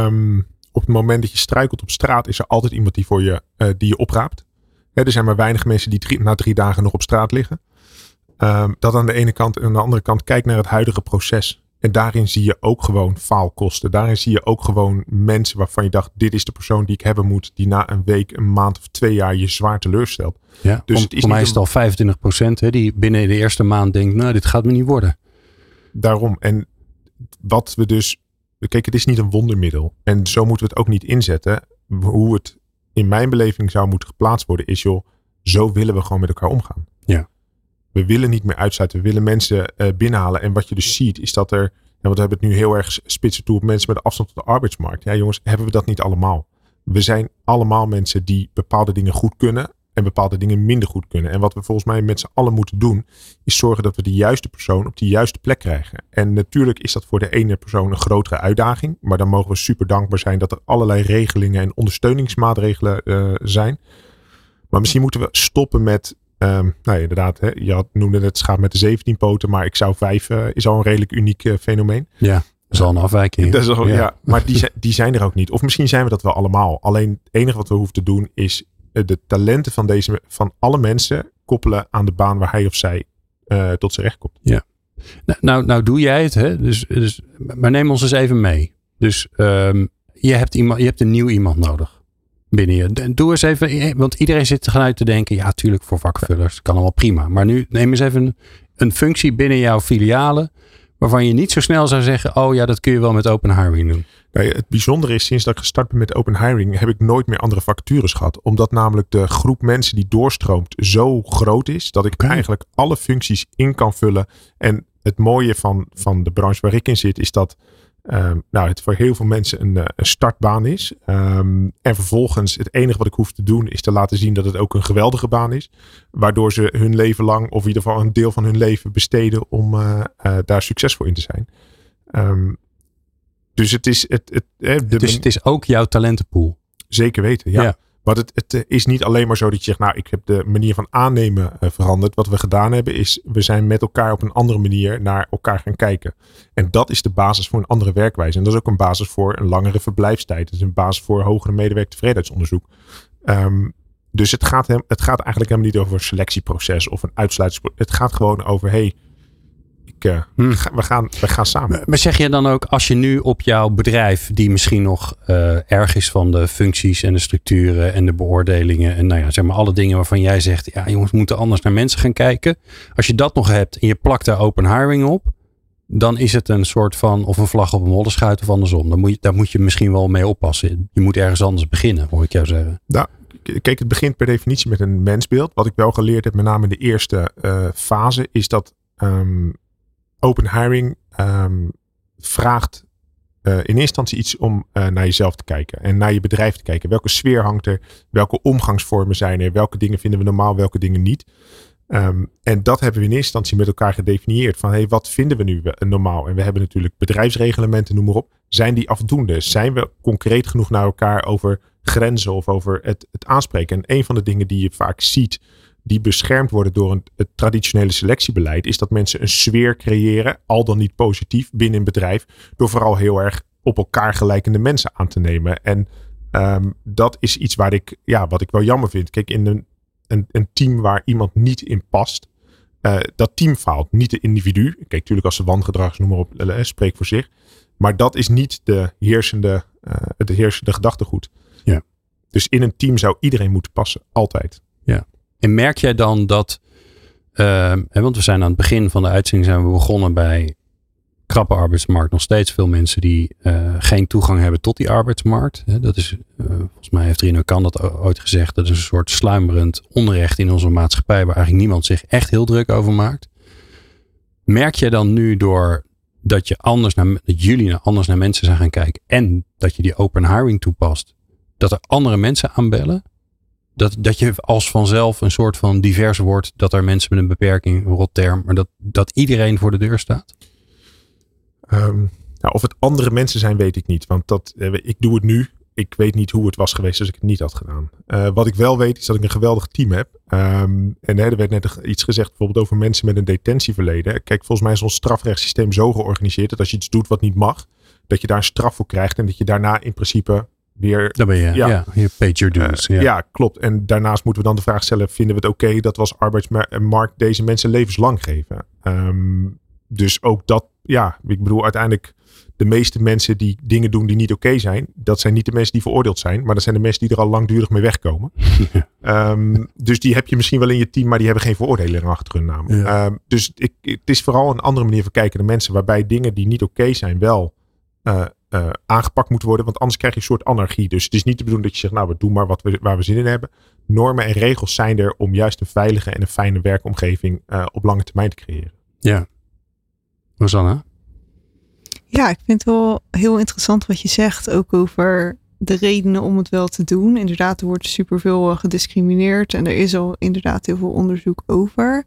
Speaker 5: Op het moment dat je struikelt op straat, is er altijd iemand die die je opraapt. Er zijn maar weinig mensen die na 3 dagen nog op straat liggen. Dat aan de ene kant. En aan de andere kant, kijk naar het huidige proces. En daarin zie je ook gewoon faalkosten. Daarin zie je ook gewoon mensen waarvan je dacht, dit is de persoon die ik hebben moet. Die na een week, een maand of 2 jaar je zwaar teleurstelt.
Speaker 2: Ja, dus voor mij is het al 25% die binnen de eerste maand denkt, nou, dit gaat me niet worden.
Speaker 5: Daarom. En wat we dus, kijk, het is niet een wondermiddel. En zo moeten we het ook niet inzetten. Hoe het in mijn beleving zou moeten geplaatst worden is, joh, zo willen we gewoon met elkaar omgaan.
Speaker 2: Ja.
Speaker 5: We willen niet meer uitsluiten. We willen mensen binnenhalen. En wat je dus ziet is dat want we hebben het nu heel erg spitsen toe op mensen met de afstand tot de arbeidsmarkt. Ja, jongens, hebben we dat niet allemaal? We zijn allemaal mensen die bepaalde dingen goed kunnen en bepaalde dingen minder goed kunnen. En wat we volgens mij met z'n allen moeten doen, is zorgen dat we de juiste persoon op de juiste plek krijgen. En natuurlijk is dat voor de ene persoon een grotere uitdaging. Maar dan mogen we super dankbaar zijn dat er allerlei regelingen en ondersteuningsmaatregelen zijn. Maar misschien moeten we stoppen met, inderdaad, hè, je noemde het schaap met de 17 poten, maar ik zou 5 is al een redelijk uniek fenomeen.
Speaker 2: Ja, dat is al een afwijking.
Speaker 5: Dat is al, ja, maar die zijn er ook niet. Of misschien zijn we dat wel allemaal. Alleen het enige wat we hoeven te doen is de talenten van alle mensen koppelen aan de baan waar hij of zij tot zijn recht komt.
Speaker 2: Ja. Nou doe jij het, hè? Dus, maar neem ons eens even mee. Dus je hebt een nieuw iemand nodig binnen je. Doe eens even, want iedereen zit vanuit te denken, ja, tuurlijk voor vakvullers, kan allemaal prima. Maar nu neem eens even een functie binnen jouw filialen waarvan je niet zo snel zou zeggen, oh ja, dat kun je wel met open hiring doen.
Speaker 5: Nee, het bijzondere is, sinds dat ik gestart ben met open hiring, heb ik nooit meer andere vacatures gehad. Omdat namelijk de groep mensen die doorstroomt zo groot is, dat ik eigenlijk alle functies in kan vullen. En het mooie van de branche waar ik in zit, is dat het voor heel veel mensen een startbaan is. En vervolgens het enige wat ik hoef te doen is te laten zien dat het ook een geweldige baan is. Waardoor ze hun leven lang, of in ieder geval een deel van hun leven besteden om daar succesvol in te zijn. Dus het is
Speaker 2: het is ook jouw talentenpool.
Speaker 5: Zeker weten, ja. Maar het is niet alleen maar zo dat je zegt, nou, ik heb de manier van aannemen veranderd. Wat we gedaan hebben is, we zijn met elkaar op een andere manier naar elkaar gaan kijken. En dat is de basis voor een andere werkwijze. En dat is ook een basis voor een langere verblijfstijd. Dat is een basis voor hogere medewerkertevredenheidsonderzoek. Dus het gaat eigenlijk helemaal niet over een selectieproces of een uitsluitingsproces. Het gaat gewoon over, we gaan samen.
Speaker 2: Maar zeg je dan ook, als je nu op jouw bedrijf, die misschien nog erg is van de functies en de structuren en de beoordelingen en zeg maar alle dingen waarvan jij zegt, ja jongens, we moeten anders naar mensen gaan kijken. Als je dat nog hebt en je plakt daar open hiring op, dan is het een soort van, of een vlag op een modderschuit of andersom. Daar moet je misschien wel mee oppassen. Je moet ergens anders beginnen, hoor ik jou zeggen.
Speaker 5: Nou, kijk, het begint per definitie met een mensbeeld. Wat ik wel geleerd heb, met name in de eerste fase, is dat open hiring vraagt in eerste instantie iets om naar jezelf te kijken. En naar je bedrijf te kijken. Welke sfeer hangt er? Welke omgangsvormen zijn er? Welke dingen vinden we normaal? Welke dingen niet? En dat hebben we in eerste instantie met elkaar gedefinieerd. Van wat vinden we nu normaal? En we hebben natuurlijk bedrijfsreglementen, noem maar op. Zijn die afdoende? Zijn we concreet genoeg naar elkaar over grenzen of over het aanspreken? En een van de dingen die je vaak ziet, die beschermd worden door het traditionele selectiebeleid, is dat mensen een sfeer creëren, al dan niet positief, binnen een bedrijf, door vooral heel erg op elkaar gelijkende mensen aan te nemen. En dat is iets wat ik wel jammer vind. Kijk, in een team waar iemand niet in past, dat team faalt, niet de individu. Kijk, natuurlijk als ze wangedrag is, noem maar op, spreek voor zich. Maar dat is niet het heersende gedachtegoed.
Speaker 2: Ja.
Speaker 5: Dus in een team zou iedereen moeten passen, altijd.
Speaker 2: Ja. En merk jij dan dat, want we zijn aan het begin van de uitzending zijn we begonnen bij krappe arbeidsmarkt. Nog steeds veel mensen die geen toegang hebben tot die arbeidsmarkt. Dat is, volgens mij heeft Rino Kan dat ooit gezegd, dat is een soort sluimerend onrecht in onze maatschappij waar eigenlijk niemand zich echt heel druk over maakt. Merk jij dan nu dat jullie anders naar mensen zijn gaan kijken en dat je die open hiring toepast, dat er andere mensen aanbellen? Dat je als vanzelf een soort van divers wordt, dat er mensen met een beperking, een rotterm, maar dat iedereen voor de deur staat?
Speaker 5: Of het andere mensen zijn, weet ik niet. Want ik doe het nu. Ik weet niet hoe het was geweest als ik het niet had gedaan. Wat ik wel weet is dat ik een geweldig team heb. En er werd net iets gezegd bijvoorbeeld over mensen met een detentieverleden. Kijk, volgens mij is ons strafrechtssysteem zo georganiseerd dat als je iets doet wat niet mag, dat je daar een straf voor krijgt en dat je daarna in principe weer...
Speaker 2: Dan ben je, je paid your dues.
Speaker 5: Ja, klopt. En daarnaast moeten we dan de vraag stellen, vinden we het oké dat we als arbeidsmarkt deze mensen levenslang geven? Dus ook dat, ik bedoel uiteindelijk de meeste mensen die dingen doen die niet oké zijn, dat zijn niet de mensen die veroordeeld zijn, maar dat zijn de mensen die er al langdurig mee wegkomen. Dus die heb je misschien wel in je team, maar die hebben geen veroordeling achter hun naam.
Speaker 2: Ja.
Speaker 5: Dus het is vooral een andere manier van kijken naar mensen, waarbij dingen die niet oké zijn wel aangepakt moeten worden, want anders krijg je een soort anarchie. Dus het is niet de bedoeling dat je zegt, we doen maar waar we zin in hebben. Normen en regels zijn er om juist een veilige en een fijne werkomgeving op lange termijn te creëren.
Speaker 2: Ja. Rosanna?
Speaker 3: Ja, ik vind het wel heel interessant wat je zegt. Ook over de redenen om het wel te doen. Inderdaad, er wordt superveel gediscrimineerd. En er is al inderdaad heel veel onderzoek over.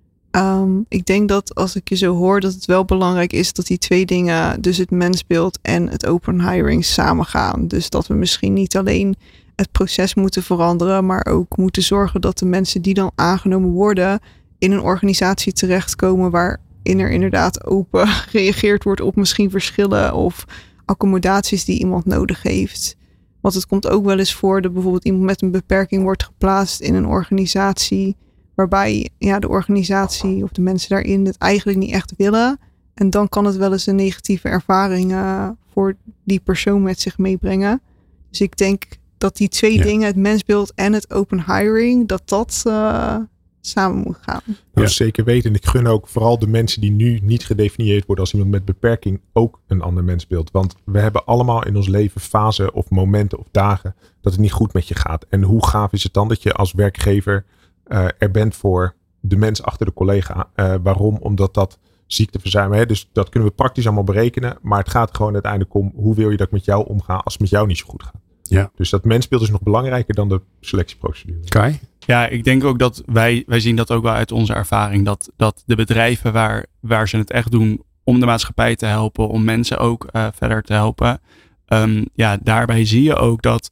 Speaker 3: Ik denk dat als ik je zo hoor, dat het wel belangrijk is dat die twee dingen, dus het mensbeeld en het open hiring, samengaan. Dus dat we misschien niet alleen het proces moeten veranderen, maar ook moeten zorgen dat de mensen die dan aangenomen worden in een organisatie terechtkomen waarin er inderdaad open gereageerd wordt op misschien verschillen of accommodaties die iemand nodig heeft. Want het komt ook wel eens voor dat bijvoorbeeld iemand met een beperking wordt geplaatst in een organisatie waarbij de organisatie of de mensen daarin het eigenlijk niet echt willen. En dan kan het wel eens een negatieve ervaring voor die persoon met zich meebrengen. Dus ik denk dat die twee dingen, het mensbeeld en het open hiring, dat samen moet gaan.
Speaker 5: Nou, zeker weten. En ik gun ook vooral de mensen die nu niet gedefinieerd worden als iemand met beperking ook een ander mensbeeld. Want we hebben allemaal in ons leven fasen of momenten of dagen dat het niet goed met je gaat. En hoe gaaf is het dan dat je als werkgever er bent voor de mens achter de collega. Waarom? Omdat dat ziekteverzuim is. Dus dat kunnen we praktisch allemaal berekenen. Maar het gaat gewoon uiteindelijk om hoe wil je dat ik met jou omga als het met jou niet zo goed gaat.
Speaker 2: Ja.
Speaker 5: Dus dat mensbeeld is nog belangrijker dan de selectieprocedure.
Speaker 2: Kai?
Speaker 4: Ja, ik denk ook dat wij zien dat ook wel uit onze ervaring. Dat de bedrijven waar ze het echt doen om de maatschappij te helpen, om mensen ook verder te helpen. Daarbij zie je ook dat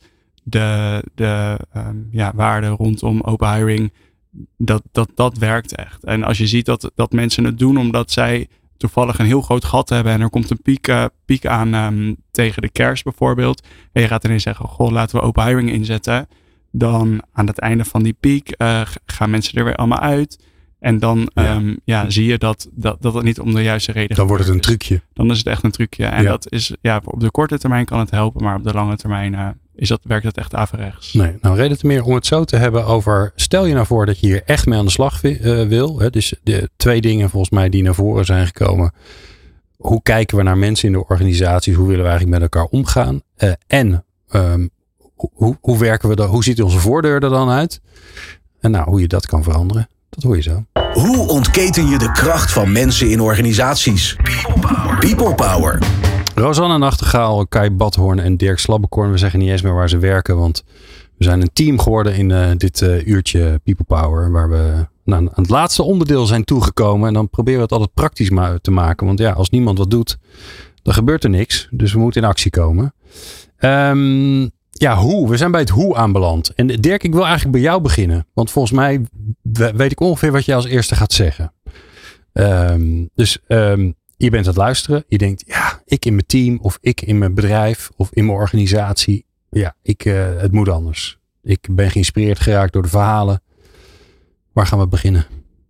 Speaker 4: de waarde rondom open hiring, dat werkt echt. En als je ziet dat mensen het doen omdat zij toevallig een heel groot gat hebben en er komt een piek aan tegen de kerst bijvoorbeeld. En je gaat ineens zeggen, goh, laten we open hiring inzetten. Dan aan het einde van die piek gaan mensen er weer allemaal uit. En dan zie je dat het niet om de juiste reden gaat.
Speaker 2: Dan wordt het een trucje.
Speaker 4: Dan is het echt een trucje. En dat is, op de korte termijn kan het helpen, maar op de lange termijn werkt het echt averechts.
Speaker 2: Nee, nou reden te meer om het zo te hebben over, stel je nou voor dat je hier echt mee aan de slag wil. Hè, dus de twee dingen volgens mij die naar voren zijn gekomen. Hoe kijken we naar mensen in de organisaties? Hoe willen we eigenlijk met elkaar omgaan? Hoe werken we dat? Hoe ziet onze voordeur er dan uit? En hoe je dat kan veranderen, dat hoor je zo.
Speaker 1: Hoe ontketen je de kracht van mensen in organisaties? People Power.
Speaker 2: Rosanne Nachtegaal, Kai Badhoorn en Dirk Slabbekorn. We zeggen niet eens meer waar ze werken, want we zijn een team geworden in dit uurtje People Power. Waar we aan het laatste onderdeel zijn toegekomen. En dan proberen we het altijd praktisch te maken. Want als niemand wat doet, dan gebeurt er niks. Dus we moeten in actie komen. Hoe? We zijn bij het hoe aanbeland. En Dirk, ik wil eigenlijk bij jou beginnen. Want volgens mij weet ik ongeveer wat jij als eerste gaat zeggen. Je bent aan het luisteren. Je denkt, ik in mijn team of ik in mijn bedrijf of in mijn organisatie. Het moet anders. Ik ben geïnspireerd geraakt door de verhalen. Waar gaan we beginnen?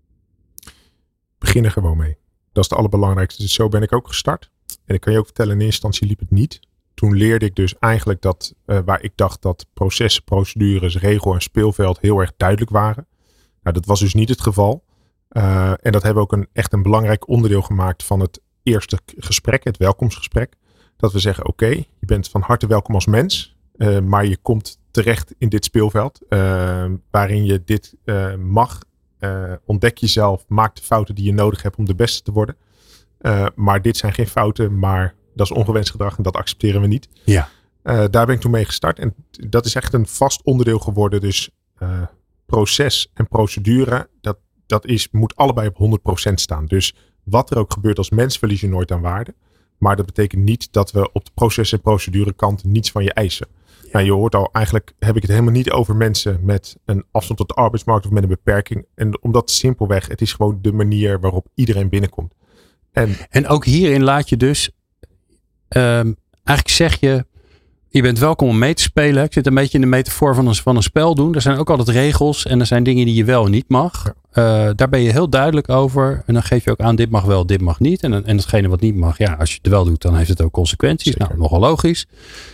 Speaker 5: Begin er gewoon mee. Dat is het allerbelangrijkste. Dus zo ben ik ook gestart. En ik kan je ook vertellen, in eerste instantie liep het niet. Toen leerde ik dus eigenlijk dat waar ik dacht dat processen, procedures, regel en speelveld heel erg duidelijk waren. Nou, dat was dus niet het geval. En dat hebben we ook echt een belangrijk onderdeel gemaakt van het eerste gesprek, het welkomstgesprek. Dat we zeggen, oké, je bent van harte welkom als mens. Maar je komt terecht in dit speelveld. Waarin je dit mag. Ontdek jezelf. Maak de fouten die je nodig hebt om de beste te worden. Maar dit zijn geen fouten. Maar dat is ongewenst gedrag. En dat accepteren we niet.
Speaker 2: Ja.
Speaker 5: Daar ben ik toen mee gestart. En dat is echt een vast onderdeel geworden. Dus proces en procedure. Moet allebei op 100% staan. Dus wat er ook gebeurt als mens verlies je nooit aan waarde. Maar dat betekent niet dat we op de proces- en procedurekant niets van je eisen. Nou, je hoort al, eigenlijk heb ik het helemaal niet over mensen met een afstand tot de arbeidsmarkt of met een beperking. En omdat simpelweg, het is gewoon de manier waarop iedereen binnenkomt.
Speaker 2: En ook hierin laat je dus, eigenlijk zeg je bent welkom om mee te spelen. Ik zit een beetje in de metafoor van een spel doen. Er zijn ook altijd regels en er zijn dingen die je wel en niet mag. Ja. Daar ben je heel duidelijk over. En dan geef je ook aan, dit mag wel, dit mag niet. En datgene wat niet mag, als je het wel doet, dan heeft het ook consequenties. Zeker. Nou, nogal logisch.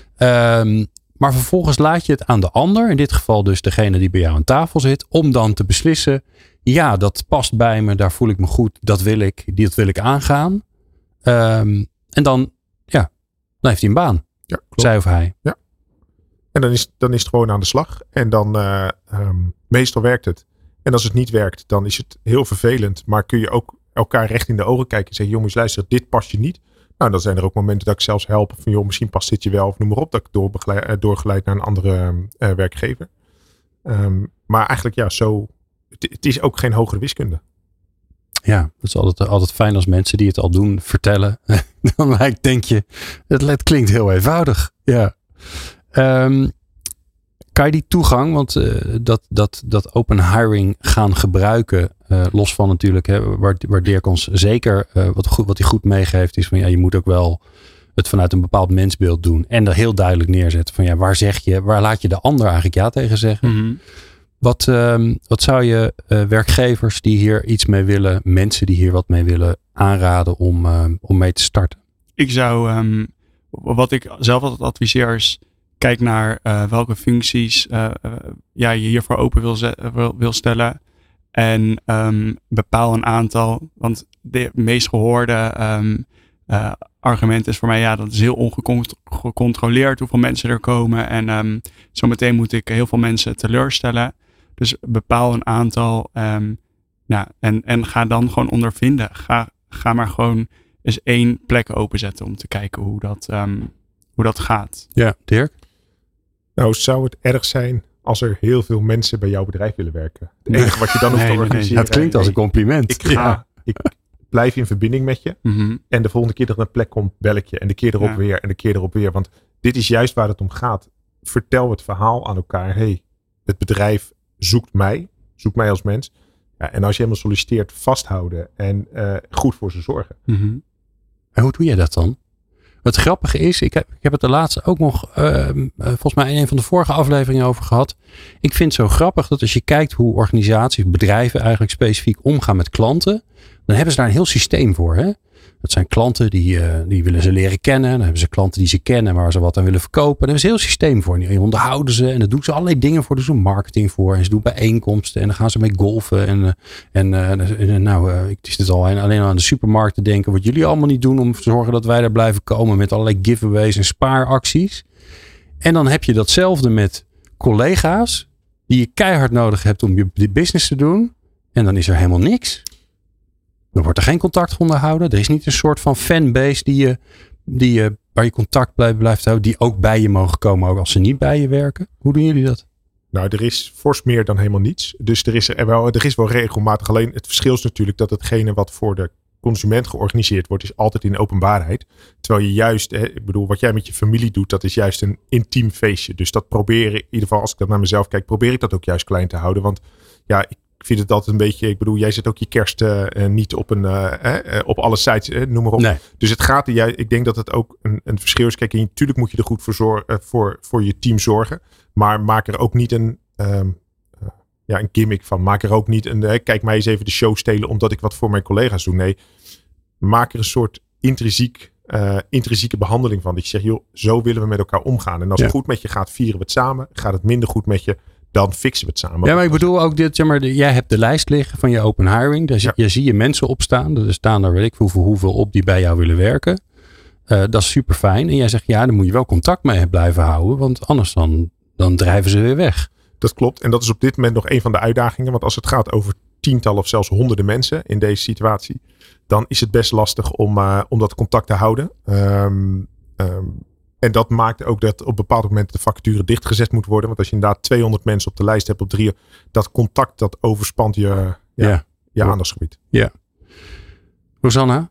Speaker 2: Maar vervolgens laat je het aan de ander, in dit geval dus degene die bij jou aan tafel zit, om dan te beslissen, dat past bij me, daar voel ik me goed, dat wil ik aangaan. En dan heeft hij een baan.
Speaker 5: Ja, klopt.
Speaker 2: Zij of hij.
Speaker 5: Ja. En dan is het gewoon aan de slag. En dan meestal werkt het. En als het niet werkt, dan is het heel vervelend. Maar kun je ook elkaar recht in de ogen kijken en zeggen, jongens, luister, dit past je niet. Nou, dan zijn er ook momenten dat ik zelfs help van, misschien past dit je wel of noem maar op. Dat ik doorgeleid naar een andere werkgever. Maar eigenlijk het is ook geen hogere wiskunde.
Speaker 2: Ja, dat is altijd fijn als mensen die het al doen vertellen. Dan denk je, het klinkt heel eenvoudig. Ja. Kan je die toegang, want dat open hiring gaan gebruiken, los van natuurlijk, waar Dirk ons zeker, wat hij goed meegeeft, is van je moet ook wel het vanuit een bepaald mensbeeld doen. En er heel duidelijk neerzetten van waar laat je de ander eigenlijk ja tegen zeggen? Mm-hmm. Wat zou je werkgevers die hier iets mee willen, mensen die hier wat mee willen, aanraden om mee te starten?
Speaker 4: Ik zou, wat ik zelf altijd adviseer is, kijk naar welke functies je hiervoor open wil stellen. En bepaal een aantal, want de meest gehoorde argument is voor mij, dat is heel ongecontroleerd hoeveel mensen er komen. En zometeen moet ik heel veel mensen teleurstellen. Dus bepaal een aantal en ga dan gewoon ondervinden. Ga maar gewoon eens 1 plek openzetten om te kijken hoe dat gaat.
Speaker 2: Ja, Dirk?
Speaker 5: Nou, zou het erg zijn als er heel veel mensen bij jouw bedrijf willen werken? Het enige wat je dan hoeft te organiseren.
Speaker 2: Het klinkt als een compliment.
Speaker 5: Ik blijf in verbinding met je. Mm-hmm. En de volgende keer dat er een plek komt, bel ik je. En de keer erop weer. En de keer erop weer. Want dit is juist waar het om gaat. Vertel het verhaal aan elkaar. Hey, het bedrijf zoekt mij als mens. Ja, en als je helemaal solliciteert, vasthouden. En goed voor ze zorgen.
Speaker 2: Mm-hmm. En hoe doe je dat dan? Het grappige is, ik heb het de laatste ook nog volgens mij in een van de vorige afleveringen over gehad. Ik vind het zo grappig dat als je kijkt hoe organisaties, bedrijven eigenlijk specifiek omgaan met klanten, dan hebben ze daar een heel systeem voor. Hè? Dat zijn klanten die willen ze leren kennen. Dan hebben ze klanten die ze kennen waar ze wat aan willen verkopen. Daar hebben ze een heel systeem voor. Die onderhouden ze en daar doen ze allerlei dingen voor. Daar doen ze marketing voor. En ze doen bijeenkomsten en dan gaan ze mee golfen. Ik is dit alleen aan de supermarkt te denken. Wat jullie allemaal niet doen om te zorgen dat wij daar blijven komen met allerlei giveaways en spaaracties. En dan heb je datzelfde met collega's die je keihard nodig hebt om je business te doen. En dan is er helemaal niks. Dan wordt er geen contact onderhouden. Er is niet een soort van fanbase die je waar je contact blijft houden, die ook bij je mogen komen, ook als ze niet bij je werken? Hoe doen jullie dat?
Speaker 5: Nou, er is fors meer dan helemaal niets. Dus er is wel regelmatig. Alleen het verschil is natuurlijk dat hetgene wat voor de consument georganiseerd wordt, is altijd in openbaarheid. Terwijl je juist, wat jij met je familie doet, dat is juist een intiem feestje. Dus dat probeer ik, in ieder geval als ik dat naar mezelf kijk, probeer ik dat ook juist klein te houden. Want ja, ik vind het altijd een beetje, jij zet ook je kerst niet op op alle sites, noem maar op.
Speaker 2: Nee. Dus
Speaker 5: het gaat, ik denk dat het ook een verschil is. Kijk, natuurlijk moet je er goed voor je team zorgen. Maar maak er ook niet een gimmick van. Maak er ook niet kijk mij eens even de show stelen omdat ik wat voor mijn collega's doe. Nee, maak er een soort intrinsieke behandeling van. Dat je zegt, joh, zo willen we met elkaar omgaan. En als het goed met je gaat, vieren we het samen. Gaat het minder goed met je, dan fixen we het samen.
Speaker 2: Ja, maar ik bedoel ook dit, jij hebt de lijst liggen van je open hiring. Dus je ziet je mensen opstaan. Er staan er weet ik hoeveel op die bij jou willen werken. Dat is super fijn. En jij zegt, ja, dan moet je wel contact mee blijven houden. Want anders dan drijven ze weer weg.
Speaker 5: Dat klopt. En dat is op dit moment nog een van de uitdagingen. Want als het gaat over tientallen of zelfs honderden mensen in deze situatie, dan is het best lastig om dat contact te houden. En dat maakt ook dat op bepaalde momenten de vacature dichtgezet moet worden. Want als je inderdaad 200 mensen op de lijst hebt op 3, dat contact dat overspant je aandachtsgebied.
Speaker 2: Ja. Rosanna?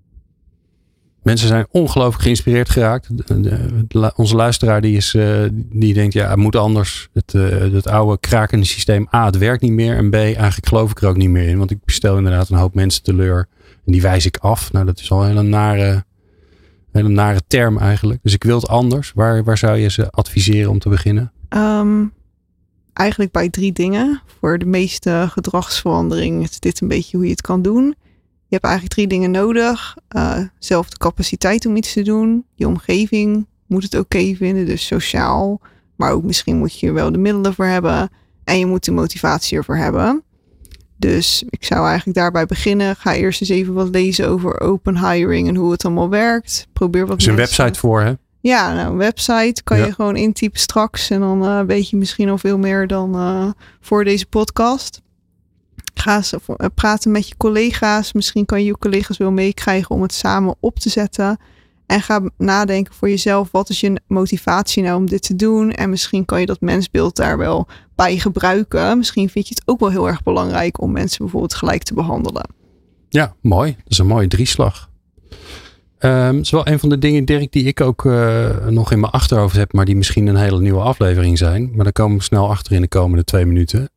Speaker 2: Mensen zijn ongelooflijk geïnspireerd geraakt. Onze luisteraar die denkt, ja, het moet anders. Het oude krakende systeem. A, het werkt niet meer. En B, eigenlijk geloof ik er ook niet meer in. Want ik stel inderdaad een hoop mensen teleur. En die wijs ik af. Nou, dat is al een hele nare term eigenlijk. Dus ik wil het anders. Waar zou je ze adviseren om te beginnen?
Speaker 3: Eigenlijk bij 3 dingen. Voor de meeste gedragsverandering is dit een beetje hoe je het kan doen. Je hebt eigenlijk 3 dingen nodig. Zelf de capaciteit om iets te doen. Je omgeving moet het oké vinden. Dus sociaal. Maar ook misschien moet je er wel de middelen voor hebben. En je moet de motivatie ervoor hebben. Dus ik zou eigenlijk daarbij beginnen. Ga eerst eens even wat lezen over open hiring en hoe het allemaal werkt. Probeer wat.
Speaker 2: Er is een website voor, hè?
Speaker 3: Ja, nou, een website kan je gewoon intypen straks. En dan weet je misschien al veel meer dan voor deze podcast. Ga eens praten met je collega's. Misschien kan je je collega's wel meekrijgen om het samen op te zetten. En ga nadenken voor jezelf. Wat is je motivatie nou om dit te doen? En misschien kan je dat mensbeeld daar wel bij gebruiken. Misschien vind je het ook wel heel erg belangrijk om mensen bijvoorbeeld gelijk te behandelen. Ja,
Speaker 2: mooi. Dat is een mooie drieslag. Dat is wel een van de dingen, Dirk, die ik ook nog in mijn achterhoofd heb. Maar die misschien een hele nieuwe aflevering zijn. Maar daar komen we snel achter in de komende 2 minuten.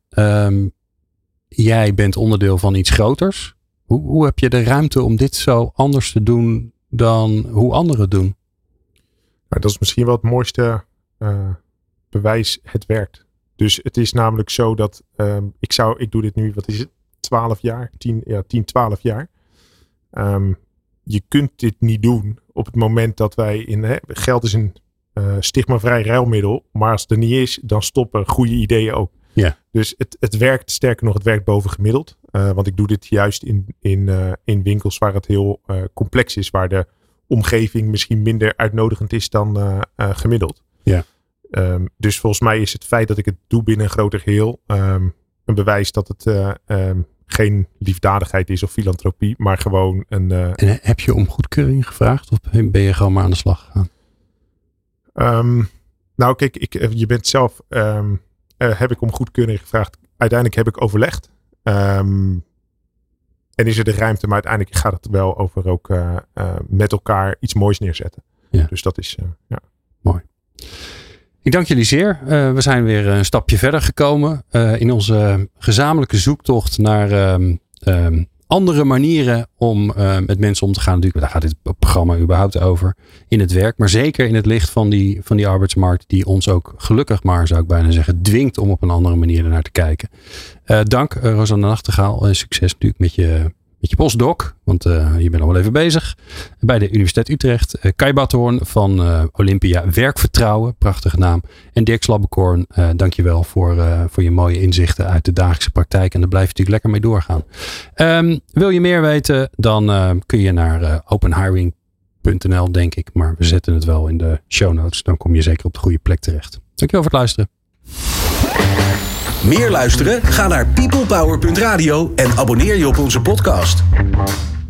Speaker 2: Jij bent onderdeel van iets groters. Hoe heb je de ruimte om dit zo anders te doen dan hoe anderen het doen?
Speaker 5: Nou, dat is misschien wel het mooiste bewijs. Het werkt. Dus het is namelijk zo dat ik doe dit nu, wat is het? 12 jaar? 12 jaar. Je kunt dit niet doen op het moment dat wij geld is een stigmavrij ruilmiddel. Maar als het er niet is, dan stoppen goede ideeën ook.
Speaker 2: Ja.
Speaker 5: Dus het werkt, sterker nog, het werkt boven gemiddeld. Want ik doe dit juist in winkels waar het heel complex is. Waar de omgeving misschien minder uitnodigend is dan gemiddeld.
Speaker 2: Ja.
Speaker 5: Dus volgens mij is het feit dat ik het doe binnen een groter geheel een bewijs dat het geen liefdadigheid is of filantropie. Maar gewoon een...
Speaker 2: En heb je om goedkeuring gevraagd? Of ben je gewoon maar aan de slag gegaan?
Speaker 5: Nou kijk, je bent zelf... heb ik om goedkeuring gevraagd. Uiteindelijk heb ik overlegd. En is er de ruimte. Maar uiteindelijk gaat het wel over ook met elkaar iets moois neerzetten.
Speaker 2: Ja.
Speaker 5: Dus dat is...
Speaker 2: Mooi. Ik dank jullie zeer. We zijn weer een stapje verder gekomen. In onze gezamenlijke zoektocht naar andere manieren om met mensen om te gaan. Natuurlijk, daar gaat dit programma überhaupt over. In het werk. Maar zeker in het licht van die arbeidsmarkt. Die ons ook gelukkig maar, zou ik bijna zeggen, dwingt om op een andere manier ernaar te kijken. Dank Rosanna Nachtegaal. Succes natuurlijk met je postdoc. Want je bent al wel even bezig. Bij de Universiteit Utrecht. Kai Bathoorn van Olympia Werkvertrouwen. Prachtige naam. En Dirk Slabbekoorn. Dank je wel voor je mooie inzichten uit de dagelijkse praktijk. En daar blijf je natuurlijk lekker mee doorgaan. Wil je meer weten? Dan kun je naar openhiring.nl denk ik. Maar we zetten het wel in de show notes. Dan kom je zeker op de goede plek terecht. Dankjewel voor het luisteren.
Speaker 1: Meer luisteren? Ga naar peoplepower.radio en abonneer je op onze podcast.